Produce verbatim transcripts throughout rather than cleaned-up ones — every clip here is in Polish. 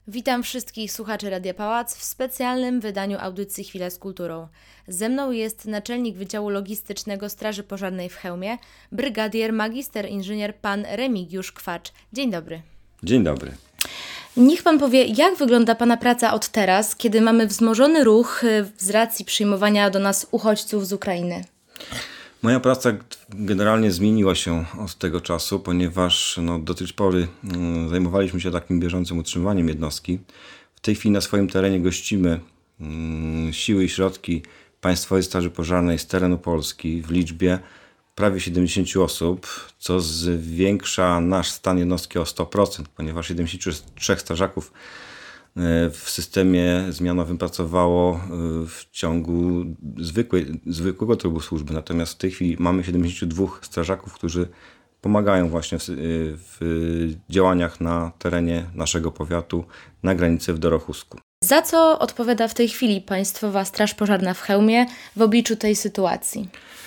Witam wszystkich słuchaczy Radia Pałac w specjalnym wydaniu audycji Chwila z kulturą. Ze mną jest naczelnik Wydziału Logistycznego Straży Pożarnej w Chełmie, brygadier magister inżynier pan Remigiusz Kwacz. Dzień dobry. Dzień dobry. Niech pan powie, jak wygląda pana praca od teraz, kiedy mamy wzmożony ruch z racji przyjmowania do nas uchodźców z Ukrainy? Moja praca generalnie zmieniła się od tego czasu, ponieważ no, do tej pory y, zajmowaliśmy się takim bieżącym utrzymywaniem jednostki. W tej chwili na swoim terenie gościmy y, siły i środki Państwowej Straży Pożarnej z terenu Polski w liczbie prawie siedemdziesiąt osób, co zwiększa nasz stan jednostki o sto procent, ponieważ siedemdziesięciu trzech strażaków w systemie zmianowym pracowało w ciągu zwykłej, zwykłego trybu służby. Natomiast w tej chwili mamy siedemdziesięciu dwóch strażaków, którzy pomagają właśnie w, w działaniach na terenie naszego powiatu na granicy w Dorochusku. Za co odpowiada w tej chwili Państwowa Straż Pożarna w Chełmie w obliczu tej sytuacji?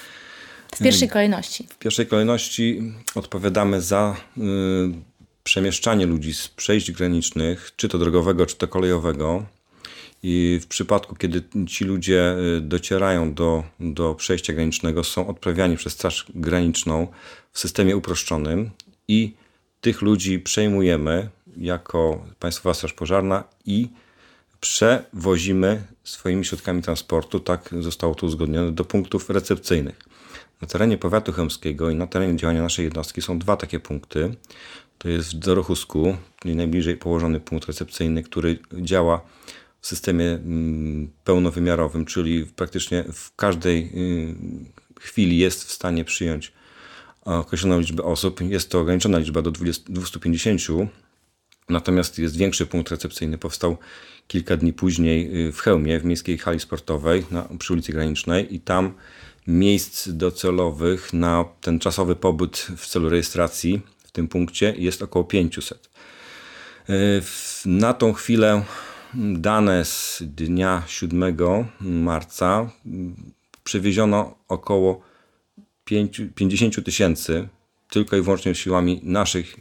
W pierwszej kolejności. W pierwszej kolejności odpowiadamy za y, przemieszczanie ludzi z przejść granicznych, czy to drogowego, czy to kolejowego. I w przypadku, kiedy ci ludzie docierają do, do przejścia granicznego, są odprawiani przez Straż Graniczną w systemie uproszczonym i tych ludzi przejmujemy jako Państwowa Straż Pożarna i przewozimy swoimi środkami transportu, tak zostało to uzgodnione, do punktów recepcyjnych. Na terenie powiatu chełmskiego i na terenie działania naszej jednostki są dwa takie punkty. To jest w Dorochusku, czyli najbliżej położony punkt recepcyjny, który działa w systemie pełnowymiarowym, czyli praktycznie w każdej chwili jest w stanie przyjąć określoną liczbę osób. Jest to ograniczona liczba do dwustu pięćdziesięciu, natomiast jest większy punkt recepcyjny. Powstał kilka dni później w Chełmie, w miejskiej hali sportowej na, przy ulicy Granicznej i tam miejsc docelowych na ten czasowy pobyt w celu rejestracji w tym punkcie jest około pięćset. Na tą chwilę dane z dnia siódmego marca przewieziono około pięćdziesiąt tysięcy tylko i wyłącznie siłami naszych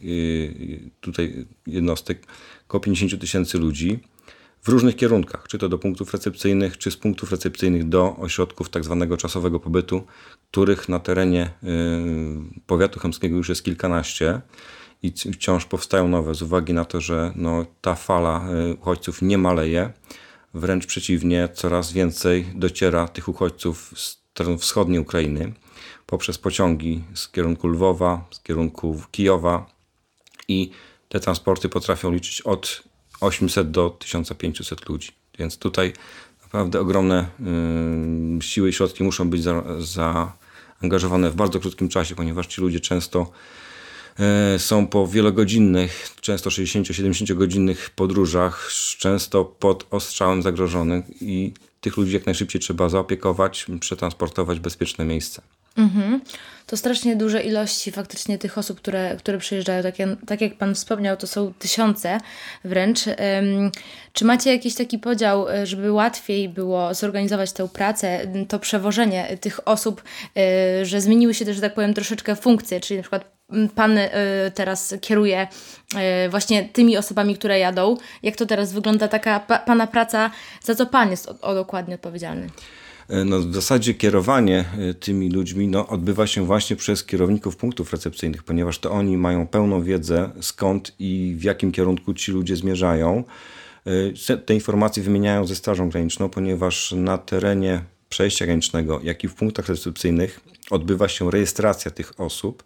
tutaj jednostek, około pięćdziesiąt tysięcy ludzi w różnych kierunkach, czy to do punktów recepcyjnych, czy z punktów recepcyjnych do ośrodków tak zwanego czasowego pobytu, których na terenie powiatu chełmskiego już jest kilkanaście i wciąż powstają nowe z uwagi na to, że no, ta fala uchodźców nie maleje, wręcz przeciwnie, coraz więcej dociera tych uchodźców z terenu wschodniej Ukrainy poprzez pociągi z kierunku Lwowa, z kierunku Kijowa i te transporty potrafią liczyć od osiemset do tysiąc pięćset ludzi. Więc tutaj naprawdę ogromne y, siły i środki muszą być za, zaangażowane w bardzo krótkim czasie, ponieważ ci ludzie często y, są po wielogodzinnych, często sześćdziesięcio-siedemdziesięcio godzinnych podróżach, często pod ostrzałem zagrożonych i tych ludzi jak najszybciej trzeba zaopiekować, przetransportować w bezpieczne miejsce. Mhm. To strasznie duże ilości faktycznie tych osób, które, które przyjeżdżają. Tak jak, tak jak pan wspomniał, to są tysiące wręcz. Um, czy macie jakiś taki podział, żeby łatwiej było zorganizować tę pracę, to przewożenie tych osób, y, że zmieniły się też, że tak powiem, troszeczkę funkcje, czyli na przykład pan y, teraz kieruje y, właśnie tymi osobami, które jadą. Jak to teraz wygląda taka pa, pana praca, za co pan jest o, o dokładnie odpowiedzialny? No, w zasadzie kierowanie tymi ludźmi no, odbywa się właśnie przez kierowników punktów recepcyjnych, ponieważ to oni mają pełną wiedzę skąd i w jakim kierunku ci ludzie zmierzają. Te informacje wymieniają ze Strażą Graniczną, ponieważ na terenie przejścia granicznego, jak i w punktach recepcyjnych odbywa się rejestracja tych osób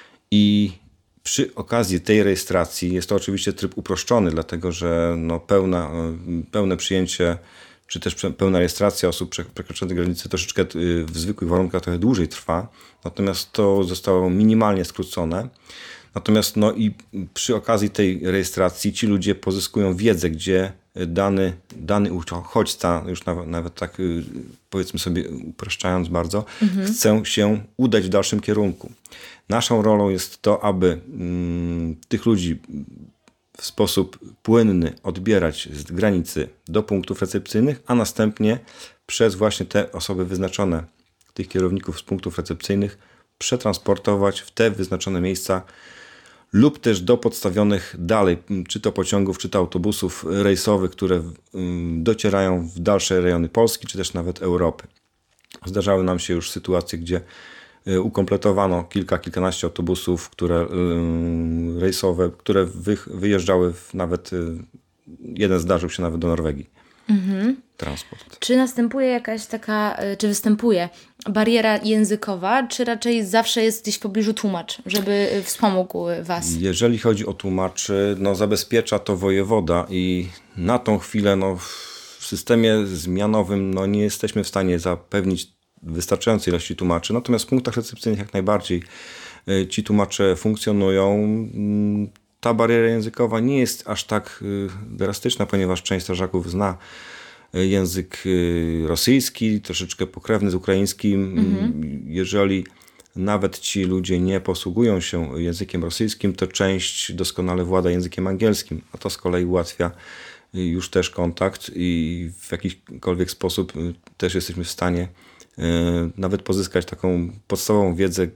i przy okazji tej rejestracji jest to oczywiście tryb uproszczony, dlatego że no, pełna, pełne przyjęcie czy też pełna rejestracja osób przekroczonych granicy troszeczkę w zwykłych warunkach trochę dłużej trwa, natomiast to zostało minimalnie skrócone. Natomiast no i przy okazji tej rejestracji ci ludzie pozyskują wiedzę, gdzie dany, dany uchodźca, już nawet, nawet tak powiedzmy sobie upraszczając bardzo, mhm. chce się udać w dalszym kierunku. Naszą rolą jest to, aby mm, tych ludzi w sposób płynny odbierać z granicy do punktów recepcyjnych, a następnie przez właśnie te osoby wyznaczone, tych kierowników z punktów recepcyjnych, przetransportować w te wyznaczone miejsca lub też do podstawionych dalej, czy to pociągów, czy to autobusów rejsowych, które docierają w dalsze rejony Polski, czy też nawet Europy. Zdarzały nam się już sytuacje, gdzie ukompletowano kilka, kilkanaście autobusów, które rejsowe, które wy, wyjeżdżały w, nawet, jeden zdarzył się nawet do Norwegii. Mhm. Transport. Czy następuje jakaś taka, czy występuje bariera językowa, czy raczej zawsze jest gdzieś w pobliżu tłumacz, żeby wspomógł was? Jeżeli chodzi o tłumaczy, no zabezpiecza to wojewoda i na tą chwilę no, w systemie zmianowym no, nie jesteśmy w stanie zapewnić wystarczającej ilości tłumaczy, natomiast w punktach recepcyjnych jak najbardziej ci tłumacze funkcjonują. Ta bariera językowa nie jest aż tak drastyczna, ponieważ część strażaków zna język rosyjski, troszeczkę pokrewny z ukraińskim. Mhm. Jeżeli nawet ci ludzie nie posługują się językiem rosyjskim, to część doskonale włada językiem angielskim, a to z kolei ułatwia już też kontakt i w jakikolwiek sposób też jesteśmy w stanie nawet pozyskać taką podstawową wiedzę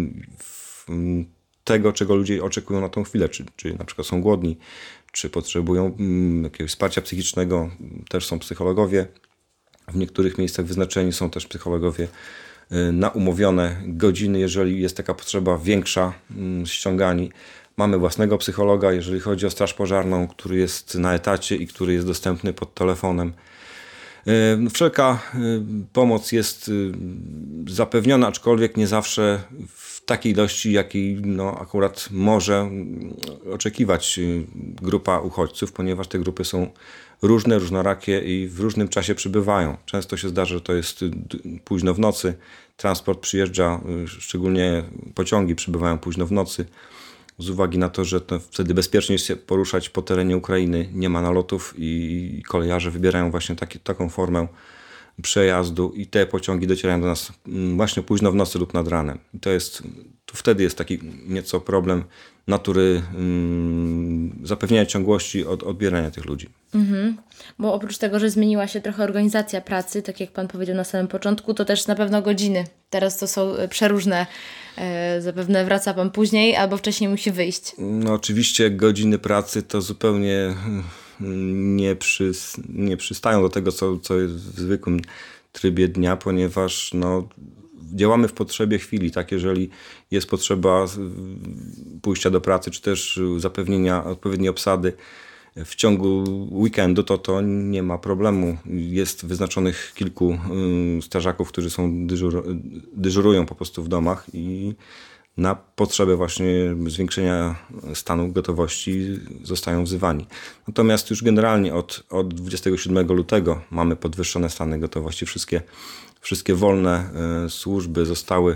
tego, czego ludzie oczekują na tą chwilę, czy, czy na przykład są głodni, czy potrzebują jakiegoś wsparcia psychicznego. Też są psychologowie. W niektórych miejscach wyznaczeni są też psychologowie na umówione godziny, jeżeli jest taka potrzeba większa, ściągani. Mamy własnego psychologa, jeżeli chodzi o straż pożarną, który jest na etacie i który jest dostępny pod telefonem. Wszelka pomoc jest zapewniona, aczkolwiek nie zawsze w takiej ilości, jakiej no, akurat może oczekiwać grupa uchodźców, ponieważ te grupy są różne, różnorakie i w różnym czasie przybywają. Często się zdarza, że to jest późno w nocy, transport przyjeżdża, szczególnie pociągi przybywają późno w nocy. Z uwagi na to, że to wtedy bezpiecznie jest się poruszać po terenie Ukrainy, nie ma nalotów i kolejarze wybierają właśnie taki, taką formę przejazdu i te pociągi docierają do nas właśnie późno w nocy lub nad ranem. I to jest, to wtedy jest taki nieco problem natury um, zapewnienia ciągłości od odbierania tych ludzi. Mhm. Bo oprócz tego, że zmieniła się trochę organizacja pracy, tak jak Pan powiedział na samym początku, to też na pewno godziny. Teraz to są przeróżne. E, zapewne wraca Pan później albo wcześniej musi wyjść. No oczywiście godziny pracy to zupełnie nie, przys, nie przystają do tego, co, co jest w zwykłym trybie dnia, ponieważ no, działamy w potrzebie chwili. Tak? Jeżeli jest potrzeba pójścia do pracy, czy też zapewnienia odpowiedniej obsady w ciągu weekendu, to to nie ma problemu. Jest wyznaczonych kilku strażaków, którzy są dyżur, dyżurują po prostu w domach i na potrzebę właśnie zwiększenia stanu gotowości zostają wzywani. Natomiast już generalnie od, od dwudziestego siódmego lutego mamy podwyższone stany gotowości. Wszystkie, wszystkie wolne służby zostały,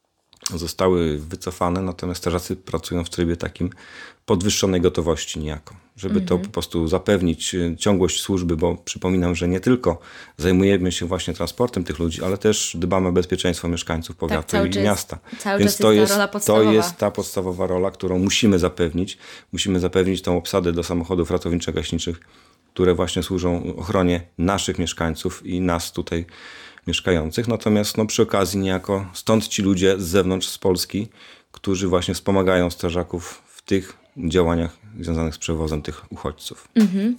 zostały wycofane, natomiast strażacy pracują w trybie takim podwyższonej gotowości niejako, żeby to po prostu zapewnić ciągłość służby, bo przypominam, że nie tylko zajmujemy się właśnie transportem tych ludzi, ale też dbamy o bezpieczeństwo mieszkańców powiatu tak, i czas, miasta. Cały Więc czas to jest jest, ta rola podstawowa. to jest ta podstawowa rola, którą musimy zapewnić. Musimy zapewnić tą obsadę do samochodów ratowniczo-gaśniczych, które właśnie służą ochronie naszych mieszkańców i nas tutaj mieszkających. Natomiast no, przy okazji niejako stąd ci ludzie z zewnątrz, z Polski, którzy właśnie wspomagają strażaków w tych działaniach związanych z przewozem tych uchodźców. Mhm.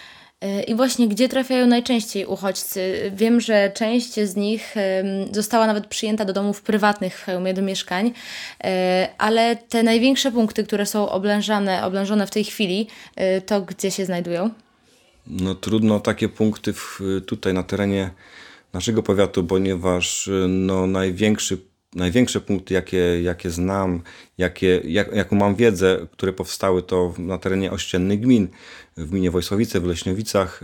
I właśnie gdzie trafiają najczęściej uchodźcy? Wiem, że część z nich została nawet przyjęta do domów prywatnych w Chełmie, do mieszkań, ale te największe punkty, które są oblężane, oblężone w tej chwili, to gdzie się znajdują? No trudno takie punkty w, tutaj na terenie naszego powiatu, ponieważ no, największy Największe punkty, jakie, jakie znam, jakie, jak, jaką mam wiedzę, które powstały, to na terenie ościennych gmin, w gminie Wojsławice, w Leśniowicach.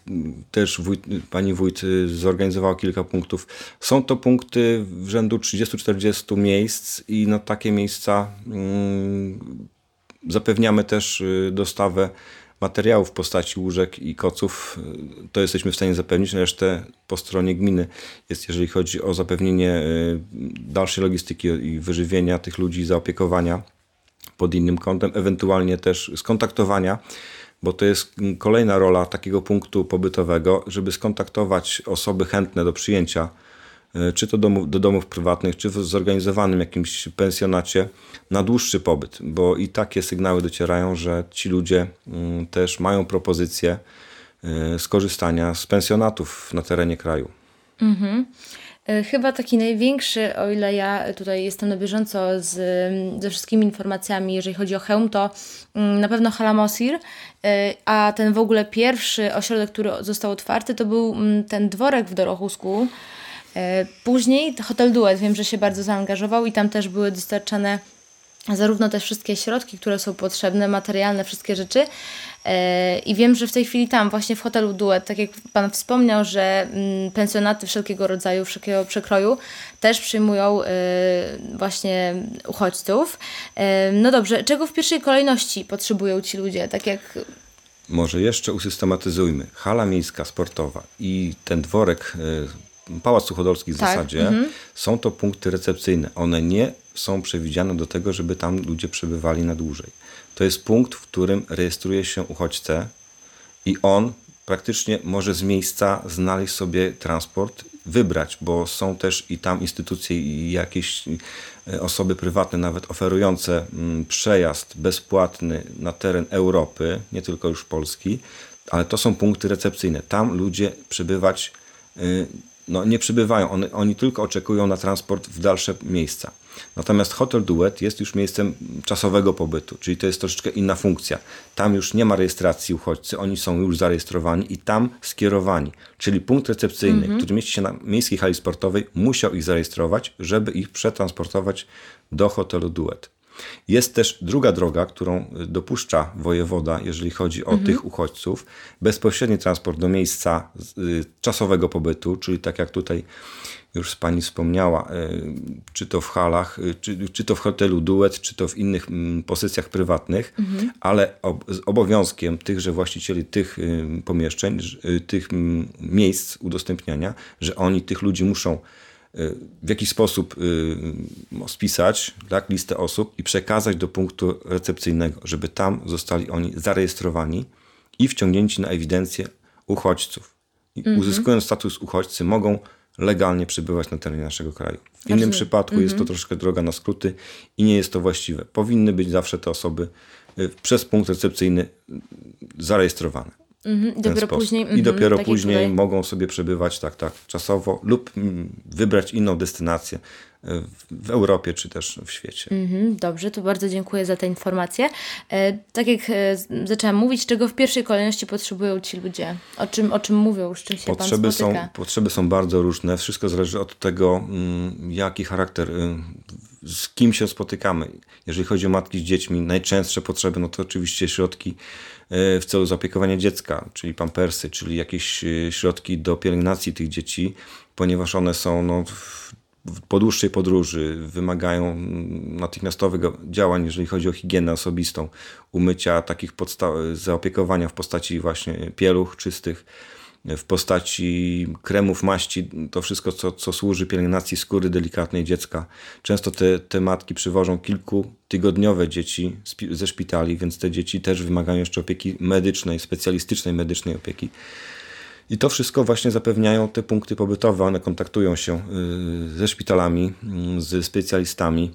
Też wójt, pani wójt zorganizowała kilka punktów. Są to punkty w rzędu trzydziestu czterdziestu miejsc i na takie miejsca mm, zapewniamy też dostawę materiałów w postaci łóżek i koców. To jesteśmy w stanie zapewnić. Resztę po stronie gminy jest, jeżeli chodzi o zapewnienie dalszej logistyki i wyżywienia tych ludzi, zaopiekowania pod innym kątem, ewentualnie też skontaktowania, bo to jest kolejna rola takiego punktu pobytowego, żeby skontaktować osoby chętne do przyjęcia czy to domu, do domów prywatnych, czy w zorganizowanym jakimś pensjonacie na dłuższy pobyt, bo i takie sygnały docierają, że ci ludzie też mają propozycje skorzystania z pensjonatów na terenie kraju. Mhm. Chyba taki największy, o ile ja tutaj jestem na bieżąco z, ze wszystkimi informacjami, jeżeli chodzi o Chełm, to na pewno Hala Mosir, a ten w ogóle pierwszy ośrodek, który został otwarty, to był ten dworek w Dorochusku. Później Hotel Duet, wiem, że się bardzo zaangażował i tam też były dostarczane zarówno te wszystkie środki, które są potrzebne, materialne, wszystkie rzeczy. I wiem, że w tej chwili tam, właśnie w hotelu Duet, tak jak Pan wspomniał, że pensjonaty wszelkiego rodzaju, wszelkiego przekroju też przyjmują właśnie uchodźców. No dobrze, czego w pierwszej kolejności potrzebują ci ludzie? Tak jak... Może jeszcze usystematyzujmy. Hala miejska, sportowa i ten dworek, Pałac Suchodolski w tak, zasadzie, mm-hmm. są to punkty recepcyjne. One nie są przewidziane do tego, żeby tam ludzie przebywali na dłużej. To jest punkt, w którym rejestruje się uchodźcę i on praktycznie może z miejsca znaleźć sobie transport, wybrać, bo są też i tam instytucje i jakieś osoby prywatne nawet oferujące przejazd bezpłatny na teren Europy, nie tylko już Polski, ale to są punkty recepcyjne. Tam ludzie przebywać no, nie przybywają, oni, oni tylko oczekują na transport w dalsze miejsca. Natomiast Hotel Duet jest już miejscem czasowego pobytu, czyli to jest troszeczkę inna funkcja. Tam już nie ma rejestracji uchodźcy, oni są już zarejestrowani i tam skierowani. Czyli punkt recepcyjny, mm-hmm. który mieści się na miejskiej hali sportowej, musiał ich zarejestrować, żeby ich przetransportować do Hotelu Duet. Jest też druga droga, którą dopuszcza wojewoda, jeżeli chodzi o mhm. tych uchodźców. Bezpośredni transport do miejsca y, czasowego pobytu, czyli tak jak tutaj już Pani wspomniała, y, czy to w halach, y, czy, czy to w hotelu Duet, czy to w innych y, pozycjach prywatnych, mhm. ale ob, z obowiązkiem tychże właścicieli tych y, pomieszczeń, y, tych y, miejsc udostępniania, że oni tych ludzi muszą w jakiś sposób y, spisać tak, listę osób i przekazać do punktu recepcyjnego, żeby tam zostali oni zarejestrowani i wciągnięci na ewidencję uchodźców. I mm-hmm. uzyskując status uchodźcy, mogą legalnie przebywać na terenie naszego kraju. W innym Rozumiem. przypadku mm-hmm. jest to troszkę droga na skróty i nie jest to właściwe. Powinny być zawsze te osoby y, przez punkt recepcyjny zarejestrowane. Mm-hmm. Dopiero później, mm-hmm. I dopiero tak później tutaj... mogą sobie przebywać tak, tak, czasowo lub mm, wybrać inną destynację w, w Europie czy też w świecie. Mm-hmm. Dobrze, to bardzo dziękuję za te informacje. E, tak jak e, zaczęłam mówić, czego w pierwszej kolejności potrzebują ci ludzie? O czym, o czym mówią, z czym się potrzeby Pan spotyka? Są, potrzeby są bardzo różne. Wszystko zależy od tego, mm, jaki charakter, y, z kim się spotykamy. Jeżeli chodzi o matki z dziećmi, najczęstsze potrzeby, no to oczywiście środki w celu zaopiekowania dziecka, czyli pampersy, czyli jakieś środki do pielęgnacji tych dzieci, ponieważ one są no, w, po dłuższej podróży, wymagają natychmiastowych działań, jeżeli chodzi o higienę osobistą, umycia, takich podsta- zaopiekowania w postaci właśnie pieluch czystych, w postaci kremów, maści, to wszystko, co, co służy pielęgnacji skóry delikatnej dziecka. Często te, te matki przywożą kilkutygodniowe dzieci ze szpitali, więc te dzieci też wymagają jeszcze opieki medycznej, specjalistycznej medycznej opieki. I to wszystko właśnie zapewniają te punkty pobytowe. One kontaktują się ze szpitalami, ze specjalistami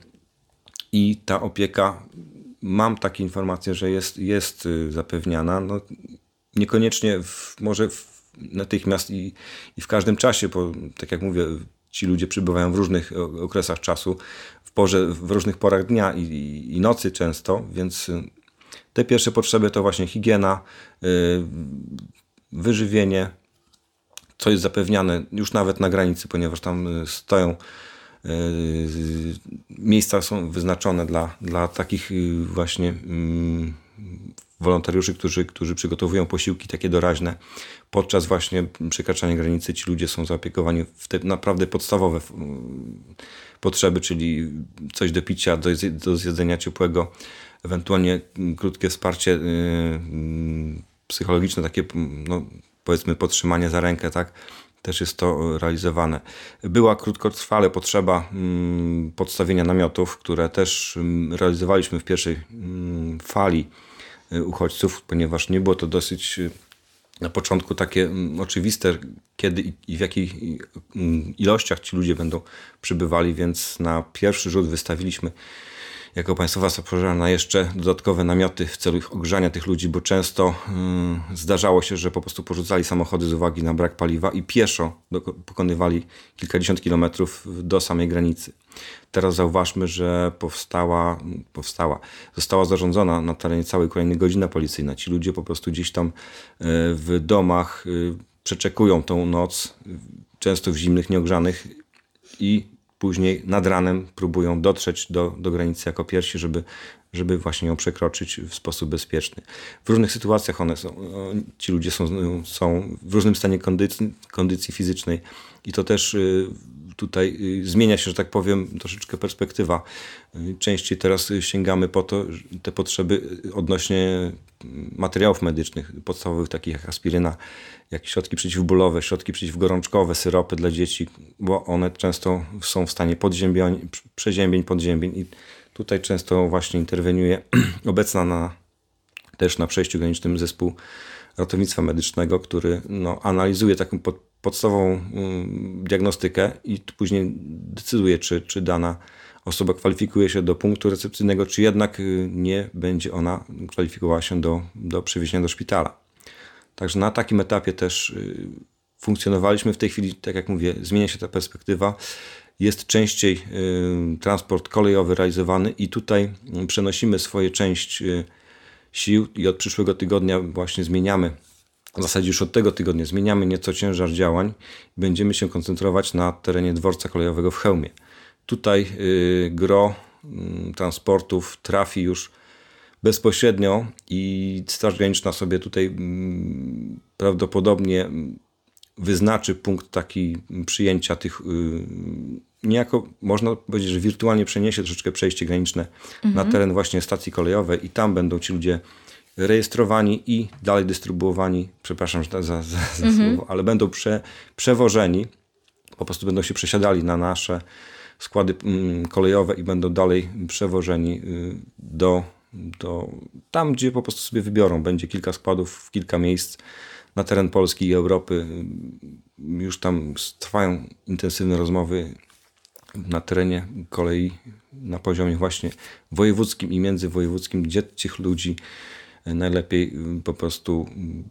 i ta opieka, mam takie informacje, że jest, jest zapewniana. No, niekoniecznie w, może w natychmiast i, i w każdym czasie, bo tak jak mówię, ci ludzie przybywają w różnych okresach czasu, w, porze, w różnych porach dnia i, i, i nocy często, więc te pierwsze potrzeby to właśnie higiena, yy, wyżywienie, co jest zapewniane już nawet na granicy, ponieważ tam stoją yy, miejsca są wyznaczone dla, dla takich yy, właśnie yy, wolontariuszy, którzy, którzy przygotowują posiłki takie doraźne. Podczas właśnie przekraczania granicy ci ludzie są zaapiekowani w te naprawdę podstawowe potrzeby, czyli coś do picia, do, do zjedzenia ciepłego, ewentualnie krótkie wsparcie yy, psychologiczne, takie no, powiedzmy podtrzymanie za rękę, tak? Też jest to realizowane. Była krótkotrwale potrzeba yy, podstawienia namiotów, które też yy, realizowaliśmy w pierwszej yy, fali uchodźców, ponieważ nie było to dosyć na początku takie mm, oczywiste, kiedy i, i w jakich i, mm, ilościach ci ludzie będą przybywali, więc na pierwszy rzut wystawiliśmy jako Państwowa Straż Pożarna jeszcze dodatkowe namioty w celu ogrzania tych ludzi, bo często y, zdarzało się, że po prostu porzucali samochody z uwagi na brak paliwa i pieszo do, pokonywali kilkadziesiąt kilometrów do samej granicy. Teraz zauważmy, że powstała, powstała, została zarządzona na terenie całej Ukrainy godzina policyjna. Ci ludzie po prostu gdzieś tam y, w domach y, przeczekują tą noc, y, często w zimnych, nieogrzanych i później nad ranem próbują dotrzeć do, do granicy jako pierwsi, żeby, żeby właśnie ją przekroczyć w sposób bezpieczny. W różnych sytuacjach one są, ci ludzie są, są w różnym stanie kondycji, kondycji fizycznej i to też tutaj zmienia się, że tak powiem, troszeczkę perspektywa. Częściej teraz sięgamy po to, te potrzeby odnośnie materiałów medycznych, podstawowych takich jak aspiryna, jak środki przeciwbólowe, środki przeciwgorączkowe, syropy dla dzieci, bo one często są w stanie podziębień, przeziębień, podziębień i tutaj często właśnie interweniuje obecna na, też na przejściu granicznym zespół ratownictwa medycznego, który no, analizuje taką pod, podstawową um, diagnostykę i później decyduje, czy, czy dana osoba kwalifikuje się do punktu recepcyjnego, czy jednak nie będzie ona kwalifikowała się do, do przewiezienia do szpitala. Także na takim etapie też y, funkcjonowaliśmy. W tej chwili, tak jak mówię, zmienia się ta perspektywa. Jest częściej y, transport kolejowy realizowany i tutaj y, przenosimy swoje część y, sił i od przyszłego tygodnia właśnie zmieniamy, w zasadzie już od tego tygodnia zmieniamy nieco ciężar działań. Będziemy się koncentrować na terenie dworca kolejowego w Chełmie. Tutaj y, gro y, transportów trafi już bezpośrednio i Straż Graniczna sobie tutaj mm, prawdopodobnie wyznaczy punkt taki przyjęcia tych, yy, niejako można powiedzieć, że wirtualnie przeniesie troszeczkę przejście graniczne mhm. na teren właśnie stacji kolejowej i tam będą ci ludzie rejestrowani i dalej dystrybuowani, przepraszam za, za, za mhm. słowo, ale będą prze, przewożeni, po prostu będą się przesiadali na nasze składy mm, kolejowe i będą dalej przewożeni yy, do Do, tam, gdzie po prostu sobie wybiorą. Będzie kilka składów w kilka miejsc na teren Polski i Europy. Już tam trwają intensywne rozmowy na terenie kolei na poziomie właśnie wojewódzkim i międzywojewódzkim, gdzie tych ludzi najlepiej po prostu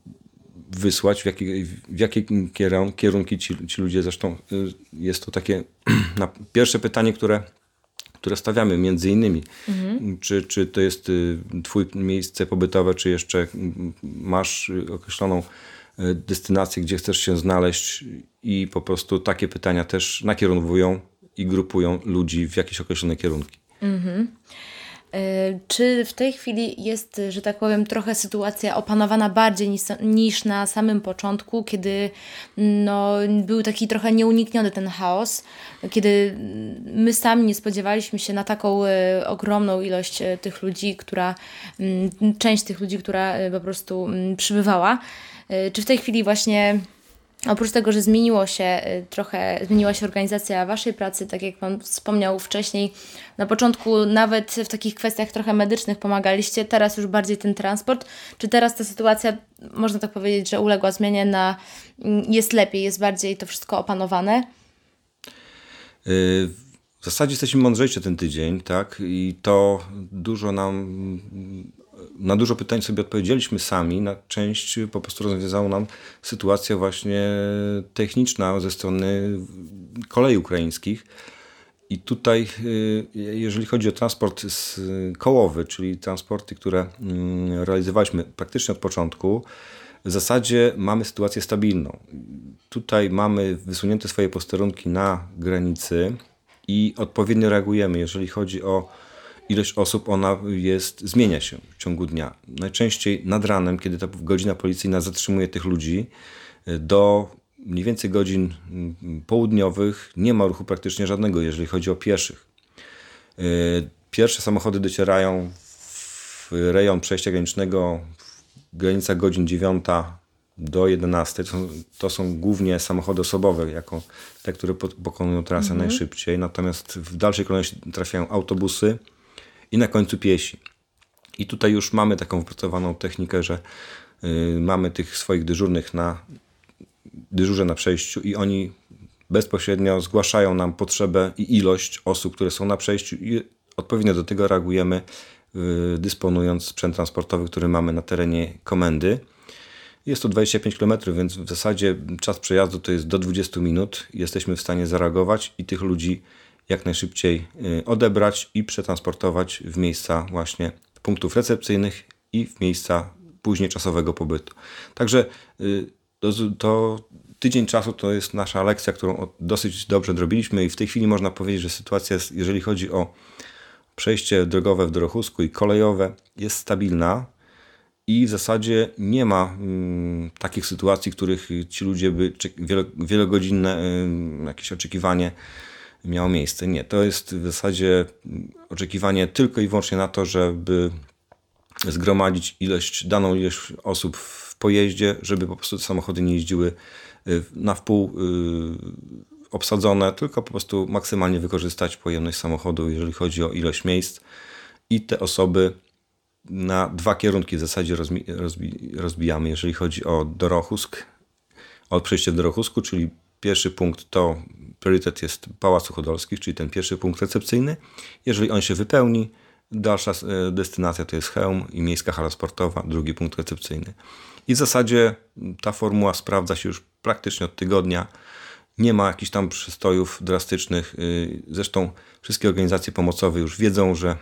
wysłać, w jakie, w jakie kierunki ci, ci ludzie. Zresztą jest to takie na pierwsze pytanie, które które stawiamy między innymi. Mhm. Czy, czy to jest twój miejsce pobytowe, czy jeszcze masz określoną destynację, gdzie chcesz się znaleźć i po prostu takie pytania też nakierowują i grupują ludzi w jakieś określone kierunki. Mhm. Czy w tej chwili jest, że tak powiem, trochę sytuacja opanowana bardziej niż, niż na samym początku, kiedy no, był taki trochę nieunikniony ten chaos, kiedy my sami nie spodziewaliśmy się na taką e, ogromną ilość e, tych ludzi, która, m, część tych ludzi, która e, po prostu m, przybywała. E, czy w tej chwili właśnie oprócz tego, że zmieniło się trochę, zmieniła się organizacja Waszej pracy, tak jak Pan wspomniał wcześniej, na początku nawet w takich kwestiach trochę medycznych pomagaliście, teraz już bardziej ten transport. Czy teraz ta sytuacja, można tak powiedzieć, że uległa zmianie na, jest lepiej, jest bardziej to wszystko opanowane? W zasadzie jesteśmy mądrzejsi ten tydzień, tak? I to dużo nam... Na dużo pytań sobie odpowiedzieliśmy sami, na część po prostu rozwiązała nam sytuacja właśnie techniczna ze strony kolei ukraińskich. I tutaj, jeżeli chodzi o transport kołowy, czyli transporty, które realizowaliśmy praktycznie od początku, w zasadzie mamy sytuację stabilną. Tutaj mamy wysunięte swoje posterunki na granicy i odpowiednio reagujemy, jeżeli chodzi o ilość osób, ona jest, zmienia się w ciągu dnia. Najczęściej nad ranem, kiedy ta godzina policyjna zatrzymuje tych ludzi, do mniej więcej godzin południowych nie ma ruchu praktycznie żadnego, jeżeli chodzi o pieszych. Pierwsze samochody docierają w rejon przejścia granicznego w granicach godzin dziewiąta do jedenastej. To są, to są głównie samochody osobowe, jako te, które pokonują trasę mhm. najszybciej. Natomiast w dalszej kolejności trafiają autobusy i na końcu piesi. I tutaj już mamy taką wypracowaną technikę, że Mamy tych swoich dyżurnych na dyżurze na przejściu i oni bezpośrednio zgłaszają nam potrzebę i ilość osób, które są na przejściu i odpowiednio do tego reagujemy, dysponując sprzęt transportowy, który mamy na terenie komendy. Jest to dwadzieścia pięć kilometrów, więc w zasadzie czas przejazdu to jest do dwudziestu minut. Jesteśmy w stanie zareagować i tych ludzi jak najszybciej odebrać i przetransportować w miejsca właśnie punktów recepcyjnych i w miejsca później czasowego pobytu. Także to, to tydzień czasu to jest nasza lekcja, którą dosyć dobrze odrobiliśmy i w tej chwili można powiedzieć, że sytuacja jest, jeżeli chodzi o przejście drogowe w Dorochusku i kolejowe, jest stabilna i w zasadzie nie ma mm, takich sytuacji, w których ci ludzie by wielo, wielogodzinne y, jakieś oczekiwanie miało miejsce. Nie, to jest w zasadzie oczekiwanie tylko i wyłącznie na to, żeby zgromadzić ilość, daną ilość osób w pojeździe, żeby po prostu te samochody nie jeździły na wpół y, obsadzone, tylko po prostu maksymalnie wykorzystać pojemność samochodu, jeżeli chodzi o ilość miejsc i te osoby na dwa kierunki w zasadzie rozbi- rozbi- rozbijamy, jeżeli chodzi o Dorochusk, o przejście w Dorochusku, czyli pierwszy punkt to priorytet jest Pałac Suchodolskich, czyli ten pierwszy punkt recepcyjny. Jeżeli on się wypełni, dalsza destynacja to jest Chełm i Miejska Hala Sportowa, drugi punkt recepcyjny. I w zasadzie ta formuła sprawdza się już praktycznie od tygodnia. Nie ma jakichś tam przystojów drastycznych. Zresztą wszystkie organizacje pomocowe już wiedzą, że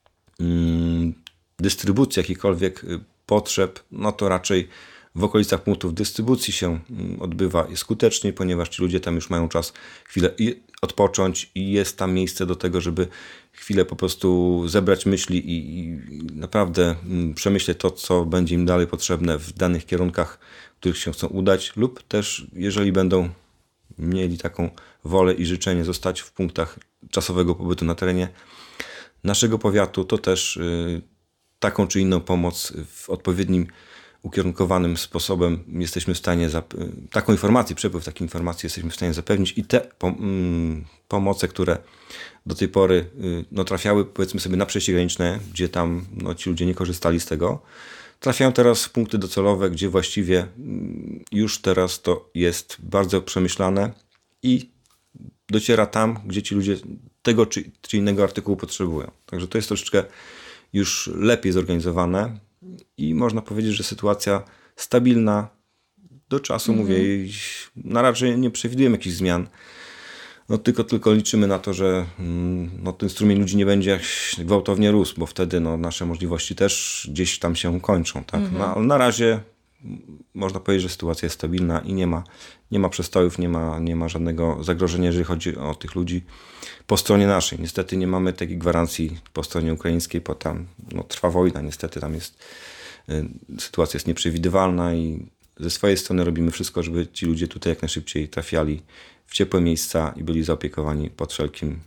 dystrybucja jakichkolwiek potrzeb, no to raczej w okolicach punktów dystrybucji się odbywa skutecznie, ponieważ ci ludzie tam już mają czas chwilę odpocząć i jest tam miejsce do tego, żeby chwilę po prostu zebrać myśli i, i naprawdę przemyśleć to, co będzie im dalej potrzebne w danych kierunkach, w których się chcą udać, lub też jeżeli będą mieli taką wolę i życzenie zostać w punktach czasowego pobytu na terenie naszego powiatu, to też y, taką czy inną pomoc w odpowiednim ukierunkowanym sposobem jesteśmy w stanie, zap- taką informację, przepływ takiej informacji jesteśmy w stanie zapewnić i te pom- mm, pomoce, które do tej pory y, no, trafiały powiedzmy sobie na przejście graniczne, gdzie tam no, ci ludzie nie korzystali z tego, trafiają teraz w punkty docelowe, gdzie właściwie y, już teraz to jest bardzo przemyślane i dociera tam, gdzie ci ludzie tego czy, czy innego artykułu potrzebują. Także to jest troszeczkę już lepiej zorganizowane i można powiedzieć, że sytuacja stabilna do czasu, mm-hmm. mówię, na razie nie przewidujemy jakichś zmian. No tylko, tylko liczymy na to, że no, ten strumień ludzi nie będzie gwałtownie rósł, bo wtedy no, nasze możliwości też gdzieś tam się kończą. Tak? Mm-hmm. No, ale na razie można powiedzieć, że sytuacja jest stabilna i nie ma, nie ma przestojów, nie ma, nie ma żadnego zagrożenia, jeżeli chodzi o tych ludzi po stronie naszej. Niestety nie mamy takiej gwarancji po stronie ukraińskiej, bo tam no, trwa wojna, niestety tam jest y, sytuacja jest nieprzewidywalna i ze swojej strony robimy wszystko, żeby ci ludzie tutaj jak najszybciej trafiali w ciepłe miejsca i byli zaopiekowani pod wszelkim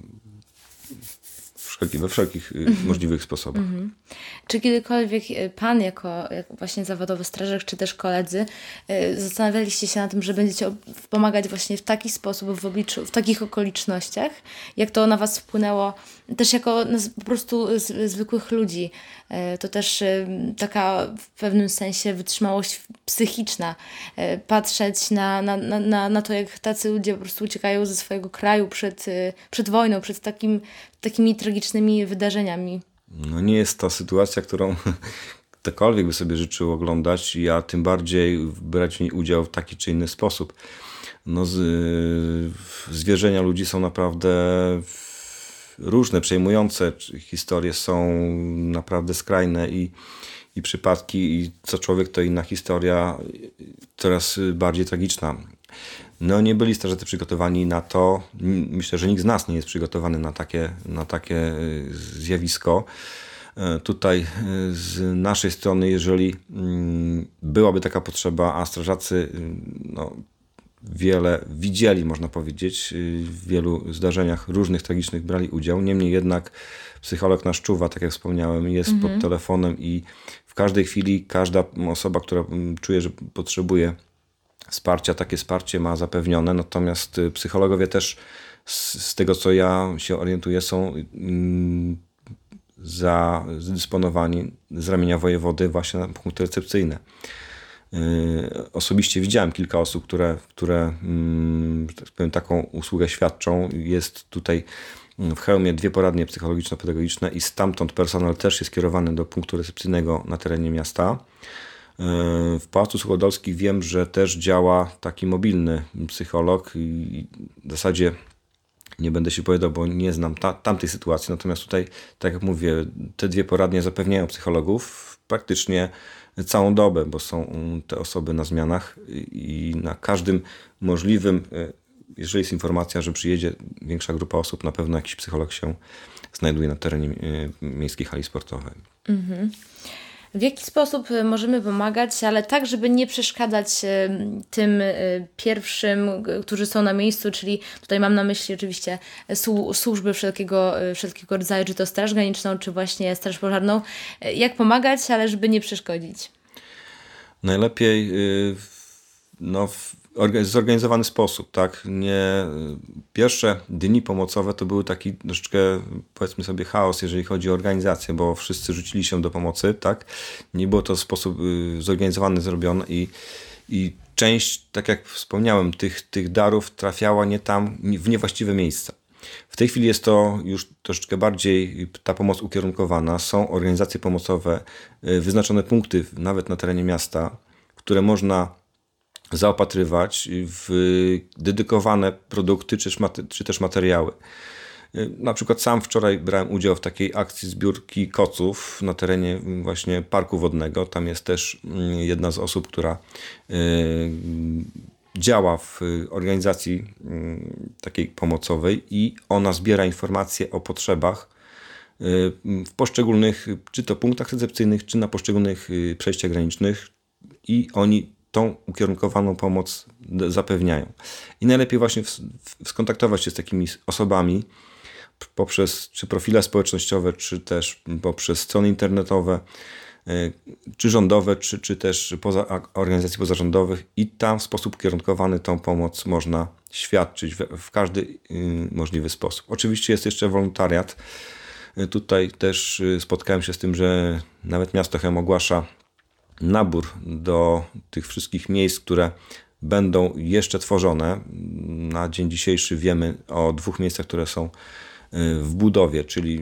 we wszelkich mm-hmm. możliwych sposobach. Mm-hmm. Czy kiedykolwiek pan jako, jako właśnie zawodowy strażak, czy też koledzy y, zastanawialiście się na tym, że będziecie pomagać właśnie w taki sposób, w obliczu, w takich okolicznościach? Jak to na was wpłynęło też jako na, po prostu z, zwykłych ludzi? Y, to też y, taka w pewnym sensie wytrzymałość psychiczna. Y, patrzeć na, na, na, na to, jak tacy ludzie po prostu uciekają ze swojego kraju przed, y, przed wojną, przed takim takimi tragicznymi wydarzeniami. No nie jest to sytuacja, którą ktokolwiek by sobie życzył oglądać, a tym bardziej brać w niej udział w taki czy inny sposób. No z, zwierzenia ludzi są naprawdę różne, przejmujące. Historie są naprawdę skrajne i, i przypadki, i co człowiek to inna historia, coraz bardziej tragiczna. No nie byli strażacy przygotowani na to. Myślę, że nikt z nas nie jest przygotowany na takie, na takie zjawisko. Tutaj z naszej strony, jeżeli byłaby taka potrzeba, a strażacy no, wiele widzieli, można powiedzieć, w wielu zdarzeniach różnych tragicznych brali udział. Niemniej jednak psycholog nasz czuwa, tak jak wspomniałem, jest mhm. pod telefonem i w każdej chwili każda osoba, która czuje, że potrzebuje wsparcia, takie wsparcie ma zapewnione, natomiast psychologowie też z, z tego, co ja się orientuję, są mm, zadysponowani z ramienia wojewody właśnie na punkty recepcyjne. Osobiście widziałem kilka osób, które, które tak powiem, taką usługę świadczą. Jest tutaj w Chełmie dwie poradnie psychologiczno-pedagogiczne i stamtąd personel też jest kierowany do punktu recepcyjnego na terenie miasta. W Pałacu Suchodolskich wiem, że też działa taki mobilny psycholog i w zasadzie nie będę się powiedział, bo nie znam ta, tamtej sytuacji, natomiast tutaj, tak jak mówię, te dwie poradnie zapewniają psychologów praktycznie całą dobę, bo są te osoby na zmianach i na każdym możliwym, jeżeli jest informacja, że przyjedzie większa grupa osób, na pewno jakiś psycholog się znajduje na terenie miejskiej hali sportowej. Mhm. W jaki sposób możemy pomagać, ale tak, żeby nie przeszkadzać tym pierwszym, którzy są na miejscu, czyli tutaj mam na myśli oczywiście służby wszelkiego, wszelkiego rodzaju, czy to Straż Graniczną, czy właśnie Straż Pożarną. Jak pomagać, ale żeby nie przeszkodzić? Najlepiej no, w zorganizowany sposób, tak? Nie, pierwsze dni pomocowe to były taki troszeczkę, powiedzmy sobie, chaos, jeżeli chodzi o organizację, bo wszyscy rzucili się do pomocy, tak? Nie było to w sposób zorganizowany zrobione i, i część, tak jak wspomniałem, tych, tych darów trafiała nie tam, w niewłaściwe miejsca. W tej chwili jest to już troszeczkę bardziej ta pomoc ukierunkowana. Są organizacje pomocowe, wyznaczone punkty nawet na terenie miasta, które można zaopatrywać w dedykowane produkty czy, czy też materiały. Na przykład sam wczoraj brałem udział w takiej akcji zbiórki koców na terenie właśnie parku wodnego. Tam jest też jedna z osób, która działa w organizacji takiej pomocowej i ona zbiera informacje o potrzebach w poszczególnych, czy to punktach recepcyjnych, czy na poszczególnych przejściach granicznych i oni tą ukierunkowaną pomoc zapewniają. I najlepiej właśnie w, w, skontaktować się z takimi osobami poprzez czy profile społecznościowe, czy też poprzez strony internetowe, czy rządowe, czy, czy też poza, organizacji pozarządowych i tam w sposób ukierunkowany tą pomoc można świadczyć w, w każdy y, możliwy sposób. Oczywiście jest jeszcze wolontariat. Tutaj też spotkałem się z tym, że nawet miasto Chełm ogłasza nabór do tych wszystkich miejsc, które będą jeszcze tworzone. Na dzień dzisiejszy wiemy o dwóch miejscach, które są w budowie, czyli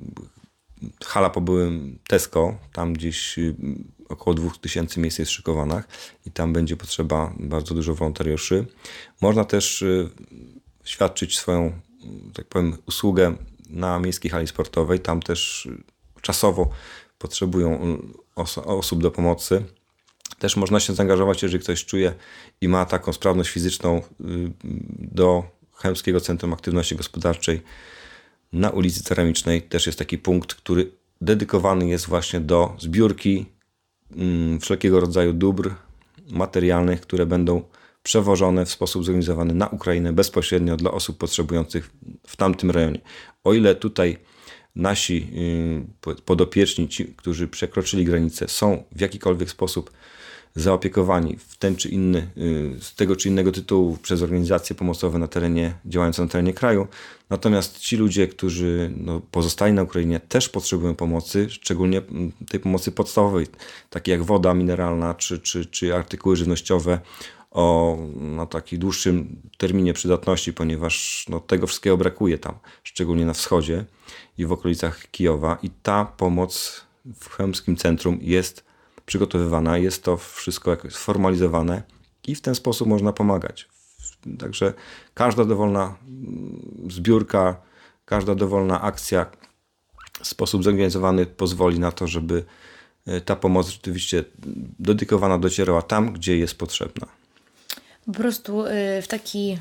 hala po byłym Tesco, tam gdzieś około dwóch tysięcy miejsc jest szykowanych i tam będzie potrzeba bardzo dużo wolontariuszy. Można też świadczyć swoją, tak powiem, usługę na miejskiej hali sportowej. Tam też czasowo potrzebują oso- osób do pomocy. Też można się zaangażować, jeżeli ktoś czuje i ma taką sprawność fizyczną, do Chełmskiego Centrum Aktywności Gospodarczej na ulicy Ceramicznej. Też jest taki punkt, który dedykowany jest właśnie do zbiórki wszelkiego rodzaju dóbr materialnych, które będą przewożone w sposób zorganizowany na Ukrainę bezpośrednio dla osób potrzebujących w tamtym rejonie. O ile tutaj nasi podopieczni, ci, którzy przekroczyli granicę, są w jakikolwiek sposób zaopiekowani w ten czy inny, z tego czy innego tytułu przez organizacje pomocowe na terenie, działające na terenie kraju. Natomiast ci ludzie, którzy no, pozostali na Ukrainie, też potrzebują pomocy, szczególnie tej pomocy podstawowej, takie jak woda mineralna czy, czy, czy artykuły żywnościowe o no, takim dłuższym terminie przydatności, ponieważ no, tego wszystkiego brakuje tam, szczególnie na wschodzie i w okolicach Kijowa. I ta pomoc w Chełmskim Centrum jest przygotowywana, jest to wszystko jakoś sformalizowane i w ten sposób można pomagać. Także każda dowolna zbiórka, każda dowolna akcja w sposób zorganizowany pozwoli na to, żeby ta pomoc rzeczywiście dedykowana docierała tam, gdzie jest potrzebna. Po prostu w taki,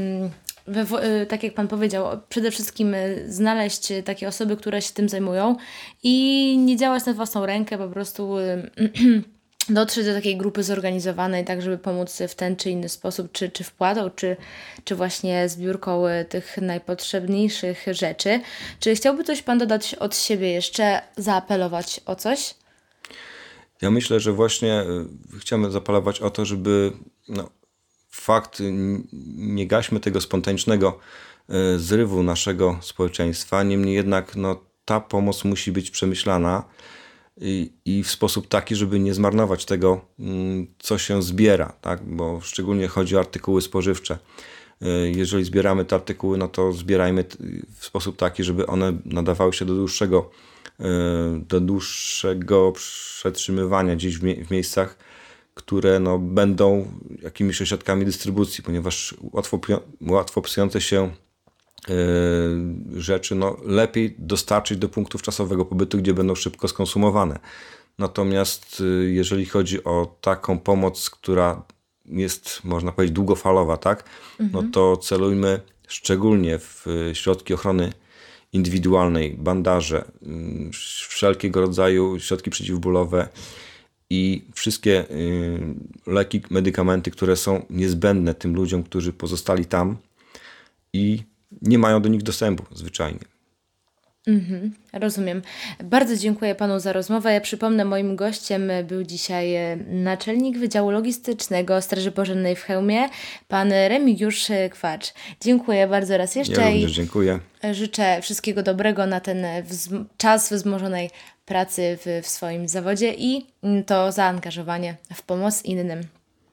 we, tak jak Pan powiedział, przede wszystkim znaleźć takie osoby, które się tym zajmują i nie działać na własną rękę, po prostu dotrzeć do takiej grupy zorganizowanej, tak żeby pomóc w ten czy inny sposób, czy, czy wpłatą, czy, czy właśnie zbiórką tych najpotrzebniejszych rzeczy. Czy chciałby coś Pan dodać od siebie jeszcze, zaapelować o coś? Ja myślę, że właśnie chciamy zaapelować o to, żeby no, fakt, nie gaśmy tego spontanicznego zrywu naszego społeczeństwa, niemniej jednak no, ta pomoc musi być przemyślana i, i w sposób taki, żeby nie zmarnować tego, co się zbiera, tak? Bo szczególnie chodzi o artykuły spożywcze. Jeżeli zbieramy te artykuły, no to zbierajmy w sposób taki, żeby one nadawały się do dłuższego, do dłuższego przetrzymywania gdzieś w, mie- w miejscach, które no, będą jakimiś ośrodkami dystrybucji, ponieważ łatwo, łatwo psujące się rzeczy no, lepiej dostarczyć do punktów czasowego pobytu, gdzie będą szybko skonsumowane. Natomiast jeżeli chodzi o taką pomoc, która jest, można powiedzieć, długofalowa, tak? Mhm. No to celujmy szczególnie w środki ochrony indywidualnej, bandaże, wszelkiego rodzaju środki przeciwbólowe i wszystkie leki, medykamenty, które są niezbędne tym ludziom, którzy pozostali tam i nie mają do nich dostępu zwyczajnie. Mhm, rozumiem. Bardzo dziękuję Panu za rozmowę. Ja przypomnę, moim gościem był dzisiaj naczelnik Wydziału Logistycznego Straży Pożarnej w Chełmie, Pan Remigiusz Kwacz. Dziękuję bardzo raz jeszcze. Ja również dziękuję. Życzę wszystkiego dobrego na ten wzm- czas wzmożonej pracy w, w swoim zawodzie i to zaangażowanie w pomoc innym.